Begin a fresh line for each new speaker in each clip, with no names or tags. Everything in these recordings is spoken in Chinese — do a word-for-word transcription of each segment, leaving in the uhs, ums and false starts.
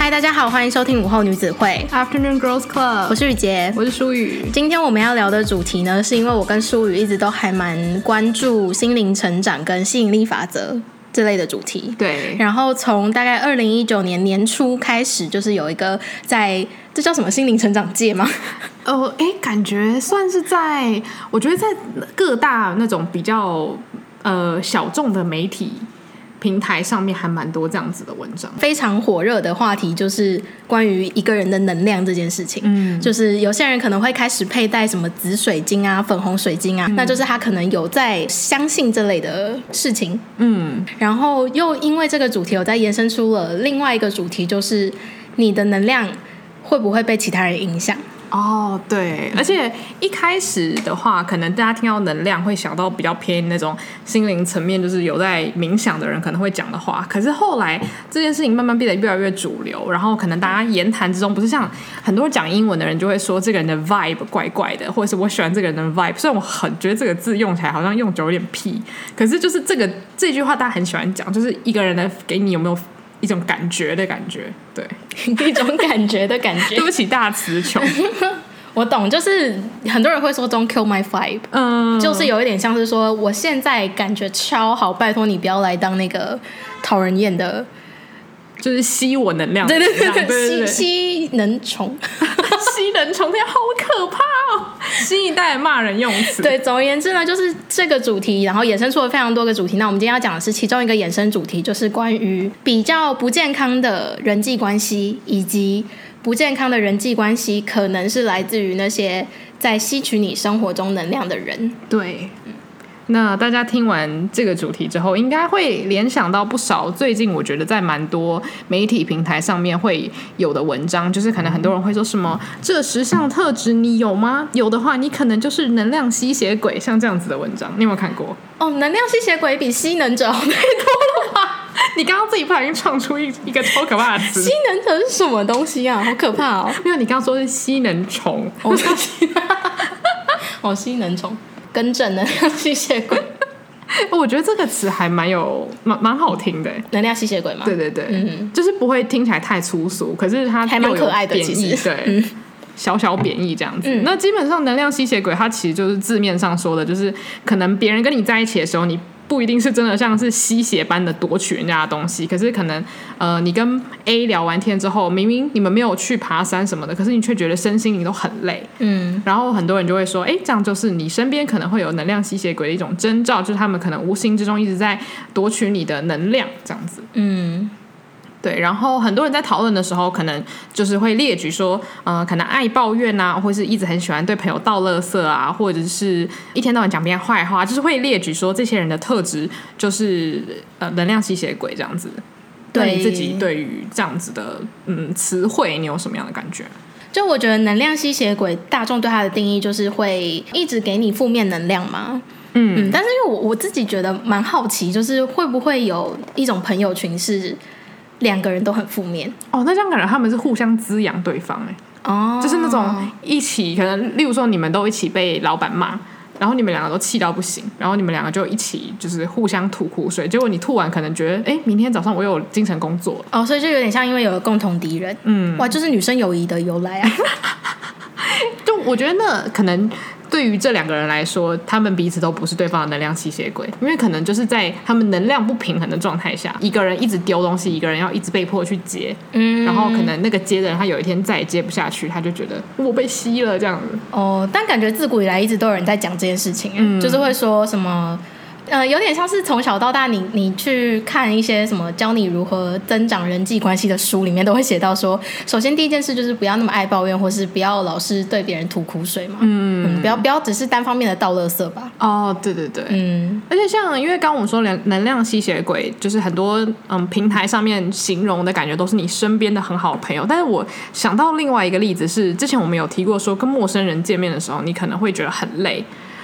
嗨，大家好，欢迎收听午后女子会
Afternoon Girls Club，
我是雨洁，
我是舒雨。
今天我们要聊的主题呢，是因为我跟舒雨一直都还蛮关注心灵成长跟吸引力法则这类的主题。
对，
然后从大概二零一九年年初开始，就是有一个在这叫什么心灵成长界吗？
呃，哎，感觉算是在，我觉得在各大那种比较呃小众的媒体平台上面还蛮多这样子的文章。
非常火热的话题就是关于一个人的能量这件事情。嗯，就是有些人可能会开始佩戴什么紫水晶啊、粉红水晶啊，嗯、那就是他可能有在相信这类的事情。嗯，然后又因为这个主题，有在延伸出了另外一个主题，就是你的能量会不会被其他人影响？
哦，对，而且一开始的话，可能大家听到能量会想到比较偏那种心灵层面，就是有在冥想的人可能会讲的话。可是后来这件事情慢慢变得越来越主流，然后可能大家言谈之中，不是像很多讲英文的人就会说这个人的 vibe 怪怪的，或者是我喜欢这个人的 vibe。虽然我很觉得这个字用起来好像用久有点屁，可是就是这个这句话大家很喜欢讲，就是一个人的给你有没有一种感觉的感觉，对，
一种感觉的感觉。
对不起，大词穷。
我懂，就是很多人会说 "Don't kill my vibe"， 嗯，就是有一点像是说，我现在感觉超好，拜托你不要来当那个讨人厌的，
就是吸我能量，
对对对
对对对，
吸吸能虫，
吸能虫，天好可怕哦！新一代骂人用词。
对，总而言之呢，就是这个主题，然后衍生出了非常多个主题。那我们今天要讲的是其中一个衍生主题，就是关于比较不健康的人际关系，以及不健康的人际关系可能是来自于那些在吸取你生活中能量的人。
对，那大家听完这个主题之后，应该会联想到不少最近我觉得在蛮多媒体平台上面会有的文章，就是可能很多人会说什么这十项特质你有吗？有的话你可能就是能量吸血鬼，像这样子的文章，你有没有看过？
哦，能量吸血鬼比吸能者好太多了吧？
你刚刚自己不小心创出一一个超可怕的词，
吸能者是什么东西啊？好可怕哦！
没有，你刚刚说是吸能虫，
我说吸，哦，吸能虫。更正能量吸血鬼，
我觉得这个词还蛮有蛮蛮好听的。
能量吸血鬼吗？
对对对，嗯，就是不会听起来太粗俗，可是它
还蛮可爱的，其实
对，嗯、小小贬义这样子。嗯、那基本上能量吸血鬼，它其实就是字面上说的，就是可能别人跟你在一起的时候，你不一定是真的像是吸血般的夺取人家的东西，可是可能呃，你跟 A 聊完天之后，明明你们没有去爬山什么的，可是你却觉得身心灵都很累，嗯，然后很多人就会说，哎，这样就是你身边可能会有能量吸血鬼的一种征兆，就是他们可能无形之中一直在夺取你的能量，这样子，嗯。对，然后很多人在讨论的时候，可能就是会列举说，呃，可能爱抱怨啊，或是一直很喜欢对朋友倒垃圾啊，或者是一天到晚讲别人坏话，就是会列举说这些人的特质就是呃能量吸血鬼这样子。对，你自己对于这样子的嗯词汇，你有什么样的感觉？
就我觉得能量吸血鬼，大众对它的定义就是会一直给你负面能量嘛。嗯, 嗯但是因为我我自己觉得蛮好奇，就是会不会有一种朋友群是两个人都很负面
哦，那这样感觉他们是互相滋养对方哎，哦，就是那种一起可能，例如说你们都一起被老板骂，然后你们两个都气到不行，然后你们两个就一起就是互相吐苦水，结果你吐完可能觉得，哎，明天早上我有精神工作
哦，所以就有点像因为有了共同敌人，嗯，哇，就是女生友谊的由来啊。
就我觉得那可能对于这两个人来说，他们彼此都不是对方的能量吸血鬼，因为可能就是在他们能量不平衡的状态下，一个人一直丢东西，一个人要一直被迫去接，嗯，然后可能那个接的人他有一天再也接不下去，他就觉得我被吸了这样子。
哦，但感觉自古以来一直都有人在讲这件事情，嗯，就是会说什么。呃，有点像是从小到大你，你你去看一些什么教你如何增长人际关系的书，里面都会写到说，首先第一件事就是不要那么爱抱怨，或是不要老是对别人吐苦水嘛，嗯，嗯不要不要只是单方面的倒垃圾吧。
哦，对对对，嗯，而且像因为刚刚我们说能量吸血鬼，就是很多嗯平台上面形容的感觉都是你身边的很好的朋友，但是我想到另外一个例子是，之前我们有提过说，跟陌生人见面的时候，你可能会觉得很累。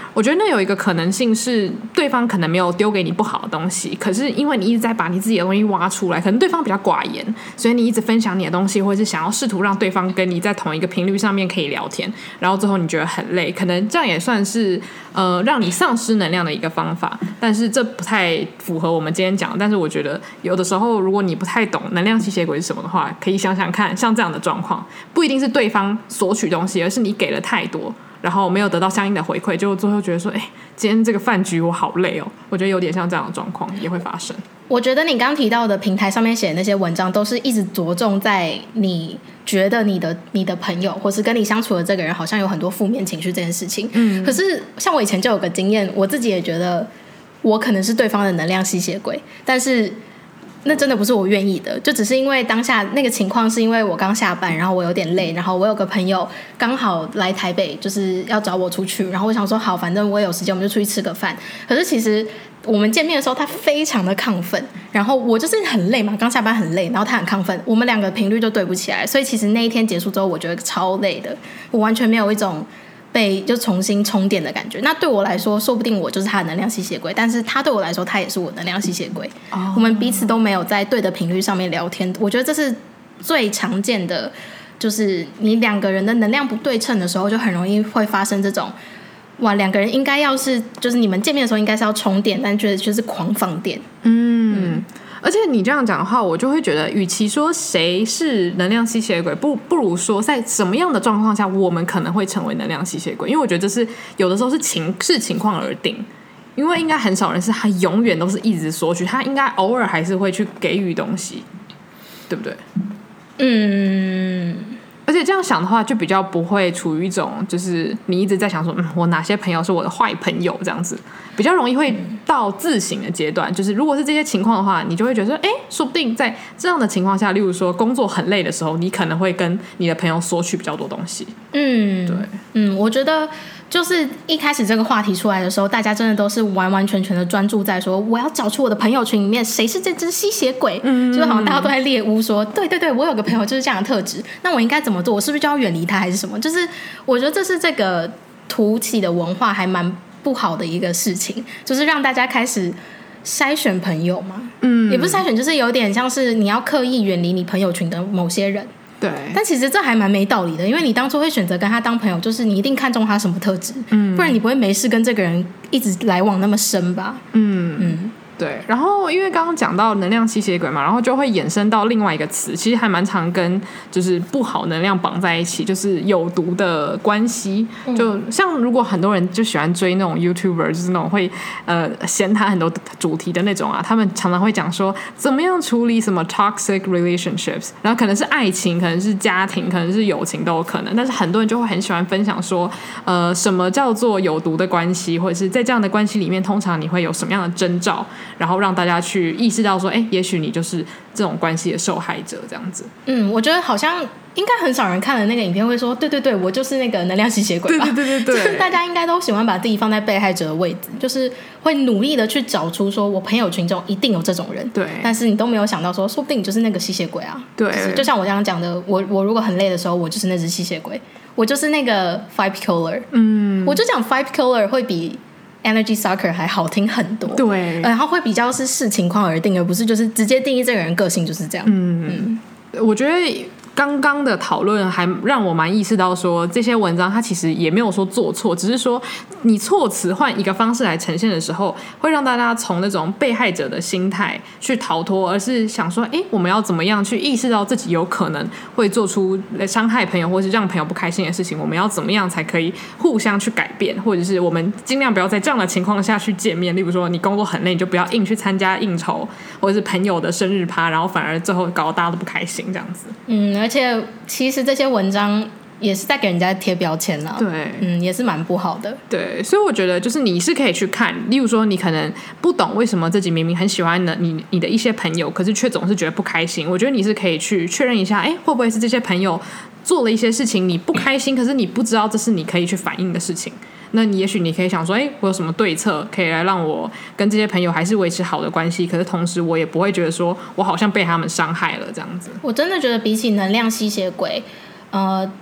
我觉得那有一个可能性是，对方可能没有丢给你不好的东西，可是因为你一直在把你自己的东西挖出来，可能对方比较寡言，所以你一直分享你的东西，或者是想要试图让对方跟你在同一个频率上面可以聊天，然后最后你觉得很累，可能这样也算是呃让你丧失能量的一个方法。但是这不太符合我们今天讲的，但是我觉得有的时候如果你不太懂能量吸血鬼是什么的话，可以想想看，像这样的状况，不一定是对方索取东西，而是你给了太多，然后没有得到相应的回馈，就最后觉得说，哎，今天这个饭局我好累哦。我觉得有点像这样的状况也会发生。
我觉得你刚提到的平台上面写的那些文章，都是一直着重在你觉得你的你的朋友或是跟你相处的这个人好像有很多负面情绪这件事情。嗯，可是像我以前就有个经验，我自己也觉得我可能是对方的能量吸血鬼，但是那真的不是我愿意的，就只是因为当下那个情况是因为我刚下班，然后我有点累，然后我有个朋友刚好来台北就是要找我出去，然后我想说好，反正我也有时间，我们就出去吃个饭。可是其实我们见面的时候他非常的亢奋，然后我就是很累嘛，刚下班很累，然后他很亢奋，我们两个频率就对不起来，所以其实那一天结束之后我觉得超累的，我完全没有一种被就重新充电的感觉。那对我来说说不定我就是他的能量吸血鬼，但是他对我来说他也是我能量吸血鬼。oh. 我们彼此都没有在对的频率上面聊天，我觉得这是最常见的，就是你两个人的能量不对称的时候就很容易会发生这种，哇，两个人应该要是就是你们见面的时候应该是要充电，但觉得就是狂放电。
嗯, 嗯而且你这样讲的话，我就会觉得与其说谁是能量吸血鬼，不不如说在什么样的状况下我们可能会成为能量吸血鬼。因为我觉得这是有的时候是情视情况而定，因为应该很少人是他永远都是一直索取，他应该偶尔还是会去给予东西，对不对？嗯，而且这样想的话就比较不会处于一种就是你一直在想说，嗯，我哪些朋友是我的坏朋友，这样子比较容易会到自省的阶段。就是如果是这些情况的话，你就会觉得说，哎，说不定在这样的情况下，例如说工作很累的时候，你可能会跟你的朋友索取比较多东西。嗯，对，
嗯，我觉得就是一开始这个话题出来的时候，大家真的都是完完全全的专注在说我要找出我的朋友群里面谁是这只吸血鬼。嗯，就好像大家都在猎巫说，对对对，我有个朋友就是这样的特质，那我应该怎么做？我是不是就要远离他还是什么？就是我觉得这是这个土起的文化还蛮不好的一个事情，就是让大家开始筛选朋友嘛。嗯，也不是筛选，就是有点像是你要刻意远离你朋友群的某些人。
对，
但其实这还蛮没道理的，因为你当初会选择跟他当朋友，就是你一定看中他什么特质。嗯，不然你不会没事跟这个人一直来往那么深吧。嗯
嗯，对。然后因为刚刚讲到能量吸血鬼嘛，然后就会衍生到另外一个词，其实还蛮常跟就是不好能量绑在一起，就是有毒的关系。嗯，就像如果很多人就喜欢追那种 YouTuber， 就是那种会呃闲谈很多主题的那种啊，他们常常会讲说怎么样处理什么 toxic relationships， 然后可能是爱情，可能是家庭，可能是友情都有可能，但是很多人就会很喜欢分享说呃什么叫做有毒的关系，或者是在这样的关系里面通常你会有什么样的征兆，然后让大家去意识到说，哎，也许你就是这种关系的受害者这样子。
嗯，我觉得好像应该很少人看了那个影片会说，对对对，我就是那个能量吸血鬼吧。
对对对对对，
大家应该都喜欢把自己放在被害者的位置，就是会努力的去找出说我朋友群中一定有这种人。
对，
但是你都没有想到说，说不定你就是那个吸血鬼啊。
对，
就是、就像我刚刚讲的，我我如果很累的时候，我就是那只吸血鬼，我就是那个 five killer。嗯，我就讲 five killer 会比Energy Sucker 还好听很多。
对，
然后会比较是视情况而定，而不是就是直接定义这个人个性就是这样。嗯
嗯，我觉得刚刚的讨论还让我蛮意识到说，这些文章它其实也没有说做错，只是说你措辞换一个方式来呈现的时候，会让大家从那种被害者的心态去逃脱，而是想说，哎，我们要怎么样去意识到自己有可能会做出伤害朋友或是让朋友不开心的事情，我们要怎么样才可以互相去改变，或者是我们尽量不要在这样的情况下去见面。例如说你工作很累，你就不要硬去参加应酬或者是朋友的生日趴，然后反而最后搞得大家都不开心这样子。
嗯，而且其实这些文章也是在给人家贴标签啦。
对，
嗯，也是蛮不好的。
对，所以我觉得就是你是可以去看，例如说你可能不懂为什么自己明明很喜欢的你你的一些朋友，可是却总是觉得不开心。我觉得你是可以去确认一下，哎，会不会是这些朋友做了一些事情你不开心，可是你不知道这是你可以去反映的事情。那你也许你可以想说，哎，我有什么对策可以来让我跟这些朋友还是维持好的关系，可是同时我也不会觉得说我好像被他们伤害了这样子。
我真的觉得比起能量吸血鬼，呃，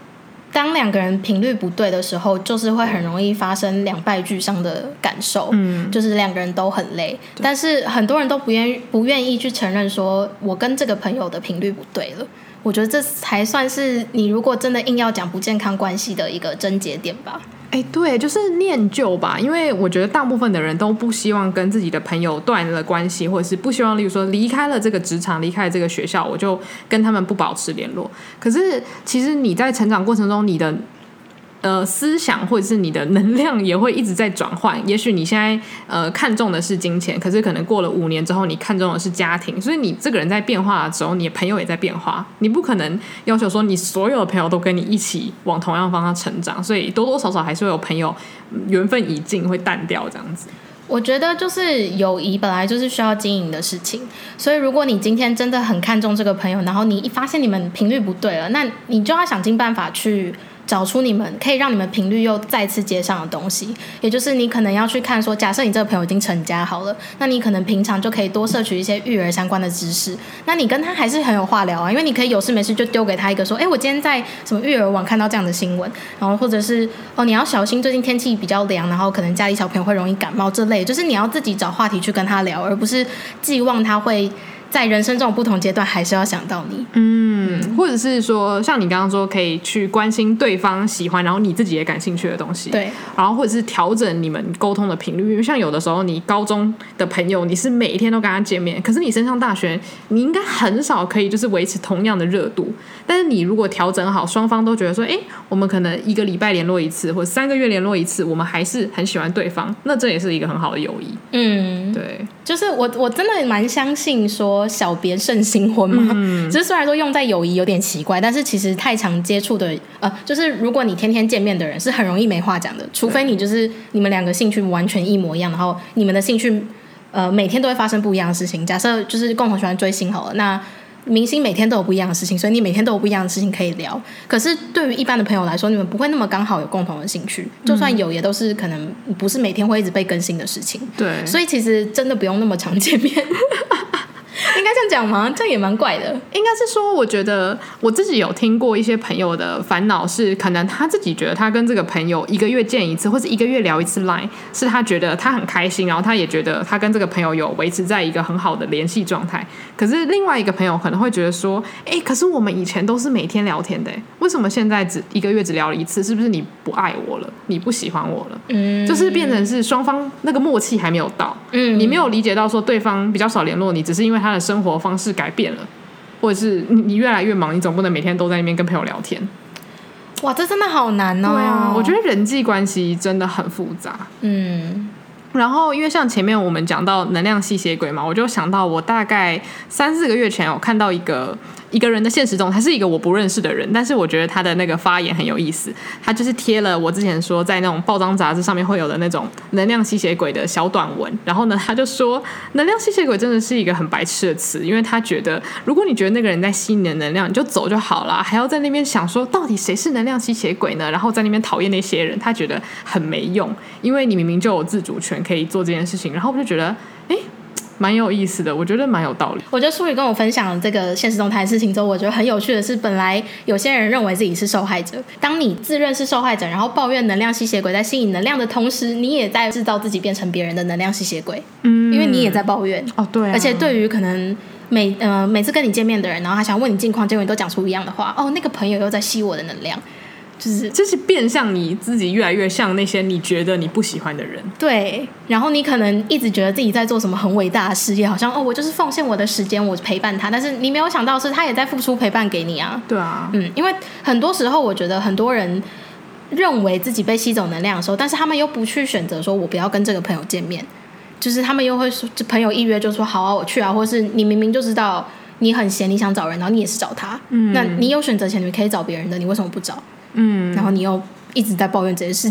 当两个人频率不对的时候，就是会很容易发生两败俱伤的感受，嗯，就是两个人都很累，但是很多人都不愿不愿意去承认说我跟这个朋友的频率不对了。我觉得这才算是你如果真的硬要讲不健康关系的一个症结点吧。
哎，对，就是念旧吧，因为我觉得大部分的人都不希望跟自己的朋友断了关系，或者是不希望例如说离开了这个职场，离开了这个学校，我就跟他们不保持联络。可是其实你在成长过程中，你的呃思想或者是你的能量也会一直在转换。也许你现在呃看重的是金钱，可是可能过了五年之后你看重的是家庭，所以你这个人在变化的时候，你的朋友也在变化。你不可能要求说你所有的朋友都跟你一起往同样方向成长，所以多多少少还是会有朋友缘分已尽会淡掉这样子。
我觉得就是友谊本来就是需要经营的事情，所以如果你今天真的很看重这个朋友，然后你一发现你们频率不对了，那你就要想尽办法去找出你们可以让你们频率又再次接上的东西。也就是你可能要去看说，假设你这个朋友已经成家好了，那你可能平常就可以多摄取一些育儿相关的知识，那你跟他还是很有话聊啊，因为你可以有事没事就丢给他一个说，哎，我今天在什么育儿网看到这样的新闻，然后或者是哦你要小心最近天气比较凉，然后可能家里小朋友会容易感冒这类，就是你要自己找话题去跟他聊，而不是寄望他会在人生这种不同阶段还是要想到你。
嗯，或者是说像你刚刚说可以去关心对方喜欢然后你自己也感兴趣的东西，
对，
然后或者是调整你们沟通的频率。因为像有的时候你高中的朋友你是每一天都跟他见面，可是你升上大学你应该很少可以就是维持同样的热度，但是你如果调整好，双方都觉得说哎，我们可能一个礼拜联络一次或者三个月联络一次，我们还是很喜欢对方，那这也是一个很好的友谊。
嗯，
对，
就是我我真的蛮相信说小别胜新婚嘛，嗯，就是虽然说用在友谊有点奇怪，但是其实太常接触的呃，就是如果你天天见面的人是很容易没话讲的，除非你就是你们两个兴趣完全一模一样，然后你们的兴趣呃每天都会发生不一样的事情。假设就是共同喜欢追星好了，那明星每天都有不一样的事情，所以你每天都有不一样的事情可以聊。可是对于一般的朋友来说，你们不会那么刚好有共同的兴趣，就算有也都是可能不是每天会一直被更新的事情。
对，
所以其实真的不用那么常见面。应该这样讲吗？这样也蛮怪的。
应该是说我觉得我自己有听过一些朋友的烦恼是，可能他自己觉得他跟这个朋友一个月见一次或者一个月聊一次 Line 是他觉得他很开心，然后他也觉得他跟这个朋友有维持在一个很好的联系状态。可是另外一个朋友可能会觉得说，哎，可是我们以前都是每天聊天的，为什么现在只一个月只聊了一次？是不是你不爱我了，你不喜欢我了？嗯，就是变成是双方那个默契还没有到，嗯，你没有理解到说对方比较少联络你，只是因为他的生活方式改变了，或者是你越来越忙，你总不能每天都在那边跟朋友聊天。
哇，这真的好难哦。
对啊，我觉得人际关系真的很复杂。嗯，然后因为像前面我们讲到能量吸血鬼嘛，我就想到我大概三四个月前有看到一个一个人的现实中，他是一个我不认识的人，但是我觉得他的那个发言很有意思。他就是贴了我之前说在那种报章杂志上面会有的那种能量吸血鬼的小短文，然后呢他就说能量吸血鬼真的是一个很白痴的词，因为他觉得如果你觉得那个人在吸你的能量，你就走就好了，还要在那边想说到底谁是能量吸血鬼呢，然后在那边讨厌那些人，他觉得很没用，因为你明明就有自主权可以做这件事情。然后我就觉得哎，蛮有意思的，我觉得蛮有道理。
我觉得淑宇跟我分享了这个现实动态的事情之后，我觉得很有趣的是，本来有些人认为自己是受害者，当你自认是受害者，然后抱怨能量吸血鬼在吸引能量的同时，你也在制造自己变成别人的能量吸血鬼。嗯，因为你也在抱怨。
哦，对啊。
而且对于可能每呃每次跟你见面的人，然后他想问你近况，结果你都讲出一样的话，哦，那个朋友又在吸我的能量。就是
就是变相你自己越来越像那些你觉得你不喜欢的人。
对，然后你可能一直觉得自己在做什么很伟大的事业，好像哦我就是奉献我的时间我陪伴他，但是你没有想到是他也在付出陪伴给你啊。
对啊，
嗯，因为很多时候我觉得很多人认为自己被吸走能量的时候，但是他们又不去选择说我不要跟这个朋友见面，就是他们又会说朋友一约就说好啊我去啊，或是你明明就知道你很闲你想找人，然后你也是找他，嗯，那你有选择权你可以找别人的，你为什么不找？嗯，然后你又一直在抱怨这些事情。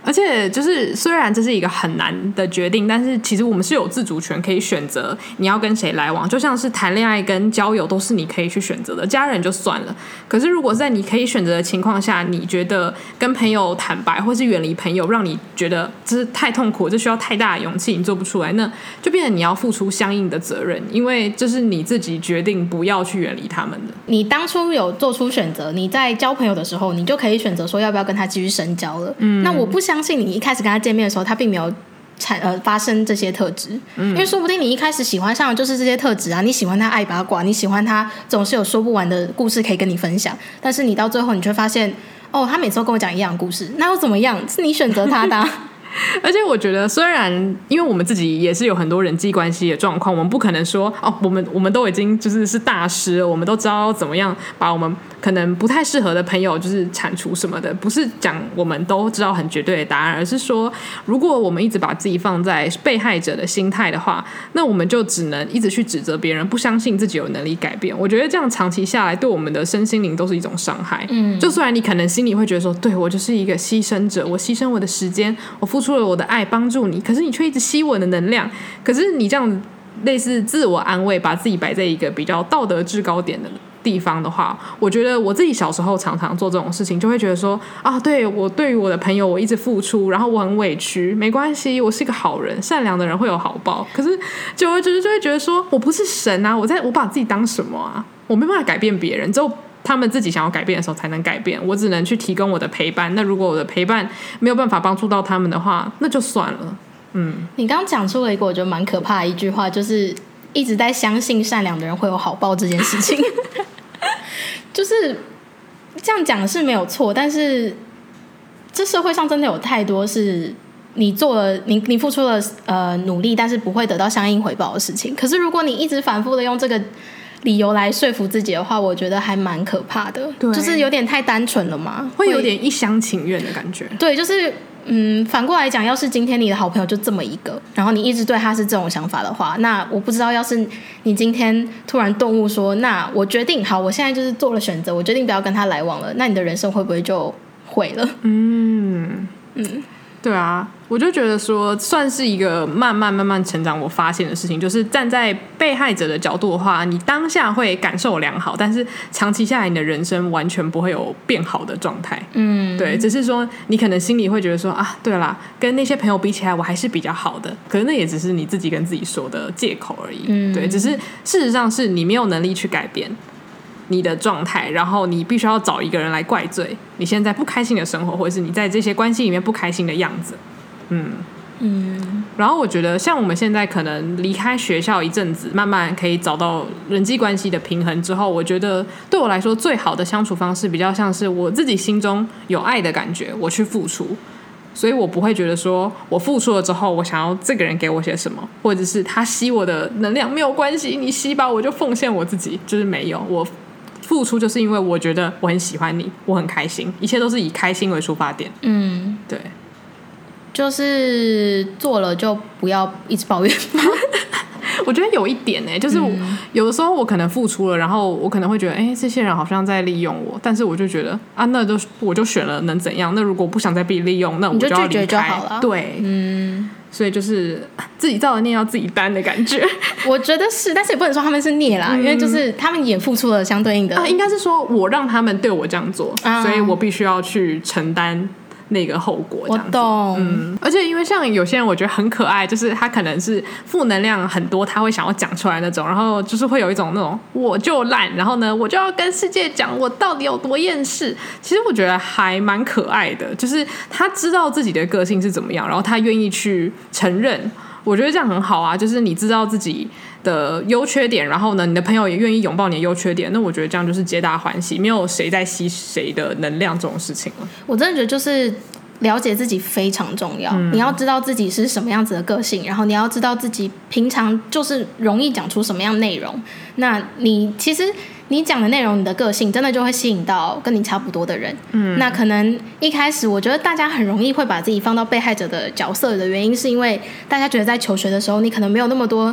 而且就是虽然这是一个很难的决定，但是其实我们是有自主权可以选择你要跟谁来往，就像是谈恋爱跟交友都是你可以去选择的，家人就算了，可是如果在你可以选择的情况下，你觉得跟朋友坦白或是远离朋友让你觉得这是太痛苦，这需要太大的勇气你做不出来，那就变成你要付出相应的责任，因为这是你自己决定不要去远离他们的。
你当初有做出选择，你在交朋友的时候你就可以选择说要不要跟他继续深交了、嗯、那我不相信你一开始跟他见面的时候他并没有产呃发生这些特质、嗯、因为说不定你一开始喜欢上的就是这些特质啊，你喜欢他爱八卦，你喜欢他总是有说不完的故事可以跟你分享，但是你到最后你却发现哦，他每次都跟我讲一样的故事，那又怎么样？是你选择他的、啊
而且我觉得虽然因为我们自己也是有很多人际关系的状况，我们不可能说哦，我们我们都已经就是是大师了，我们都知道怎么样把我们可能不太适合的朋友就是铲除什么的，不是讲我们都知道很绝对的答案，而是说如果我们一直把自己放在被害者的心态的话，那我们就只能一直去指责别人，不相信自己有能力改变。我觉得这样长期下来对我们的身心灵都是一种伤害。嗯，就虽然你可能心里会觉得说对，我就是一个牺牲者，我牺牲我的时间，我付出了我的爱帮助你，可是你却一直吸我的能量，可是你这样类似自我安慰，把自己摆在一个比较道德制高点的地方的话，我觉得我自己小时候常常做这种事情，就会觉得说啊，对，我对于我的朋友我一直付出，然后我很委屈，没关系，我是一个好人，善良的人会有好报。可是久而久之就会觉得说我不是神啊，我在我把自己当什么啊？我没办法改变别人，只有他们自己想要改变的时候才能改变，我只能去提供我的陪伴。那如果我的陪伴没有办法帮助到他们的话，那就算了。嗯，
你刚刚讲出了一个我觉得蛮可怕的一句话，就是一直在相信善良的人会有好报这件事情就是这样讲是没有错，但是这社会上真的有太多是你做了你你付出了呃努力但是不会得到相应回报的事情，可是如果你一直反复的用这个理由来说服自己的话，我觉得还蛮可怕的，就是有点太单纯了嘛，
会有点一厢情愿的感觉。
对，就是嗯，反过来讲，要是今天你的好朋友就这么一个，然后你一直对他是这种想法的话，那我不知道要是你今天突然顿悟说，那我决定好，我现在就是做了选择，我决定不要跟他来往了，那你的人生会不会就毁了？嗯
嗯，对啊，我就觉得说算是一个慢慢慢慢成长我发现的事情，就是站在被害者的角度的话，你当下会感受良好，但是长期下来你的人生完全不会有变好的状态。嗯，对，只是说你可能心里会觉得说啊，对啦，跟那些朋友比起来我还是比较好的，可是那也只是你自己跟自己说的借口而已。嗯，对，只是事实上是你没有能力去改变你的状态，然后你必须要找一个人来怪罪你现在不开心的生活，或者是你在这些关系里面不开心的样子。嗯嗯，然后我觉得像我们现在可能离开学校一阵子，慢慢可以找到人际关系的平衡之后，我觉得对我来说最好的相处方式比较像是我自己心中有爱的感觉，我去付出，所以我不会觉得说我付出了之后我想要这个人给我些什么，或者是他吸我的能量，没有关系，你吸吧，我就奉献我自己，就是没有，我付出就是因为我觉得我很喜欢你，我很开心，一切都是以开心为出发点。嗯，对，
就是做了就不要一直抱怨
我觉得有一点呢、欸，就是我、嗯、有的时候我可能付出了，然后我可能会觉得，哎、欸，这些人好像在利用我，但是我就觉得啊，那就我就选了，能怎样？那如果不想再被利用，那我就要离开，
你就拒绝就好了。
对，嗯，所以就是自己造的孽要自己担的感觉。
我觉得是，但是也不能说他们是孽啦、嗯，因为就是他们也付出了相对应的。
啊，应该是说我让他们对我这样做，啊、所以我必须要去承担那个后果这样子。
我懂，
嗯，而且因为像有些人我觉得很可爱，就是他可能是负能量很多，他会想要讲出来那种，然后就是会有一种那种我就烂，然后呢我就要跟世界讲我到底有多厌世。其实我觉得还蛮可爱的，就是他知道自己的个性是怎么样，然后他愿意去承认，我觉得这样很好啊，就是你知道自己的优缺点，然后呢你的朋友也愿意拥抱你的优缺点，那我觉得这样就是皆大欢喜，没有谁在吸谁的能量这种事情了。
我真的觉得就是了解自己非常重要、嗯、你要知道自己是什么样子的个性，然后你要知道自己平常就是容易讲出什么样内容，那你其实你讲的内容，你的个性真的就会吸引到跟你差不多的人。嗯，那可能一开始我觉得大家很容易会把自己放到被害者的角色的原因，是因为大家觉得在求学的时候你可能没有那么多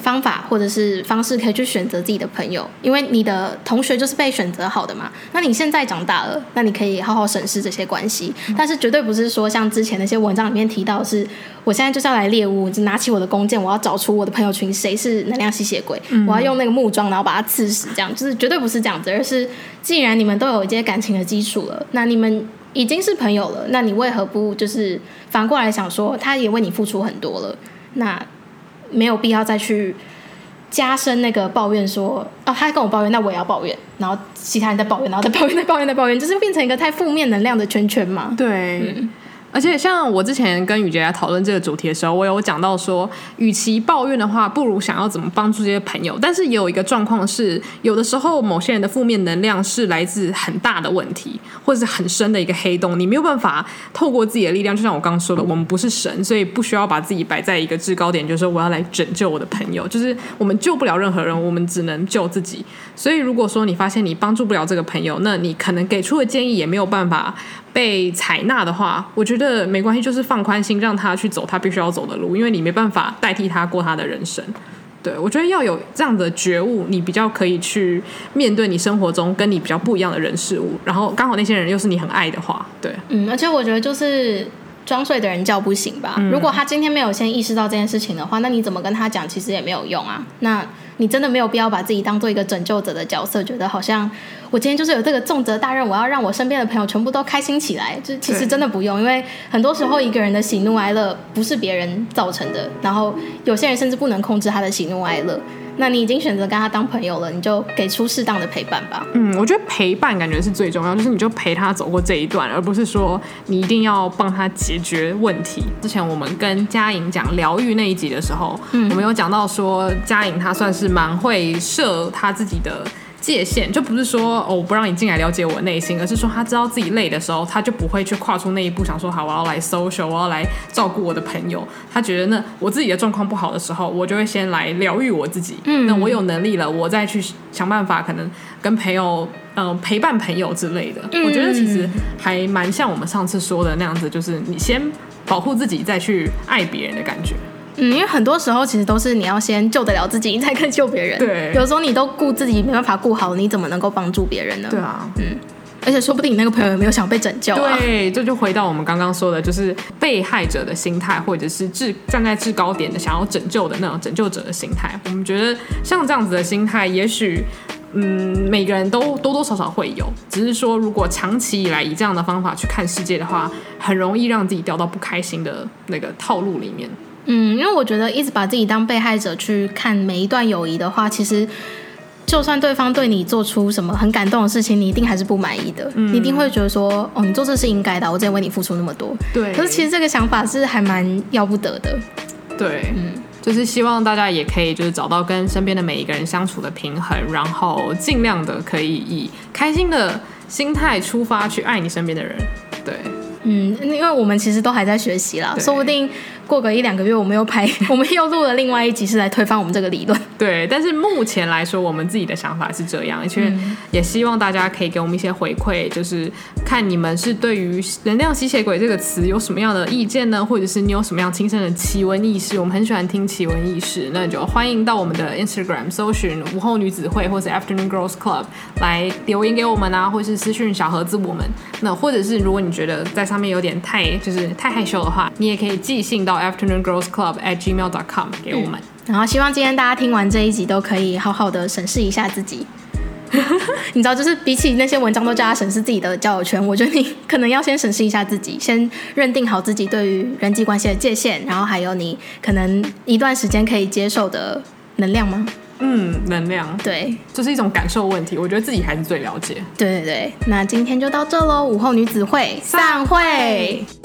方法或者是方式可以去选择自己的朋友，因为你的同学就是被选择好的嘛。那你现在长大了，那你可以好好审视这些关系，但是绝对不是说像之前那些文章里面提到的是，我现在就是要来猎物，就拿起我的弓箭，我要找出我的朋友群谁是能量吸血鬼，嗯、我要用那个木桩然后把它刺死，这样就是绝对不是这样子，而是既然你们都有一些感情的基础了，那你们已经是朋友了，那你为何不就是反过来想说，他也为你付出很多了，那没有必要再去加深那个抱怨说，哦，他跟我抱怨，那我也要抱怨，然后其他人在抱怨，然后再抱怨，再抱怨，再抱怨，就是变成一个太负面能量的圈圈嘛。
对。嗯，而且像我之前跟雨杰来讨论这个主题的时候，我有讲到说，与其抱怨的话，不如想要怎么帮助这些朋友。但是也有一个状况是，有的时候某些人的负面能量是来自很大的问题，或者是很深的一个黑洞，你没有办法透过自己的力量，就像我刚刚说的，我们不是神，所以不需要把自己摆在一个制高点，就是说我要来拯救我的朋友，就是我们救不了任何人，我们只能救自己。所以如果说你发现你帮助不了这个朋友，那你可能给出的建议也没有办法被采纳的话，我觉得没关系，就是放宽心，让他去走他必须要走的路，因为你没办法代替他过他的人生。对，我觉得要有这样的觉悟，你比较可以去面对你生活中跟你比较不一样的人事物，然后刚好那些人又是你很爱的话，对，
嗯，而且我觉得就是装睡的人叫不醒吧、嗯、如果他今天没有先意识到这件事情的话，那你怎么跟他讲其实也没有用啊。那你真的没有必要把自己当做一个拯救者的角色，觉得好像我今天就是有这个重责大任，我要让我身边的朋友全部都开心起来，就其实真的不用，因为很多时候一个人的喜怒哀乐不是别人造成的，然后有些人甚至不能控制他的喜怒哀乐，那你已经选择跟他当朋友了，你就给出适当的陪伴吧。
嗯，我觉得陪伴感觉是最重要，就是你就陪他走过这一段，而不是说你一定要帮他解决问题。之前我们跟嘉颖讲疗愈那一集的时候、嗯、我们有讲到说嘉颖她算是蛮会设她自己的界限，就不是说哦我不让你进来了解我内心，而是说他知道自己累的时候，他就不会去跨出那一步，想说好我要来 social， 我要来照顾我的朋友。他觉得那我自己的状况不好的时候，我就会先来疗愈我自己、嗯、那我有能力了，我再去想办法可能跟朋友、呃、陪伴朋友之类的、嗯、我觉得其实还蛮像我们上次说的那样子，就是你先保护自己再去爱别人的感觉。
嗯，因为很多时候其实都是你要先救得了自己，你才可以救别人。
对，
有时候你都顾自己没办法顾好，你怎么能够帮助别人呢？
对啊，
嗯，而且说不定你那个朋友有没有想被拯救啊？
对，这就回到我们刚刚说的，就是被害者的心态，或者是制站在制高点的想要拯救的那种拯救者的心态。我们觉得像这样子的心态，也许嗯每个人都多多少少会有，只是说如果长期以来以这样的方法去看世界的话，很容易让自己掉到不开心的那个套路里面。
嗯，因为我觉得一直把自己当被害者去看每一段友谊的话，其实就算对方对你做出什么很感动的事情，你一定还是不满意的、嗯、你一定会觉得说哦，你做这是应该的，我之前为你付出那么多。
对，
可是其实这个想法是还蛮要不得的。
对，嗯，就是希望大家也可以就是找到跟身边的每一个人相处的平衡，然后尽量的可以以开心的心态出发去爱你身边的人。对，
嗯，因为我们其实都还在学习啦，说不定过个一两个月，我们又拍，我们又录了另外一集是来推翻我们这个理论。
对，但是目前来说，我们自己的想法是这样，而且也希望大家可以给我们一些回馈，就是看你们是对于能量吸血鬼这个词有什么样的意见呢？或者是你有什么样亲身的奇闻异事？我们很喜欢听奇闻异事，那就欢迎到我们的 Instagram 搜寻午后女子会或是 Afternoon Girls Club 来留言给我们啊，或是私讯小盒子我们。那或者是如果你觉得在上面有点太就是太害羞的话，你也可以寄信到afternoon girls club at gmail dot com 给我们、嗯、
然后希望今天大家听完这一集都可以好好的审视一下自己你知道就是比起那些文章都叫他审视自己的交友圈，我觉得你可能要先审视一下自己，先认定好自己对于人际关系的界限，然后还有你可能一段时间可以接受的能量吗？
嗯，能量，
对，
就是一种感受问题，我觉得自己还是最了解。
对对对，那今天就到这咯，午后女子会散会。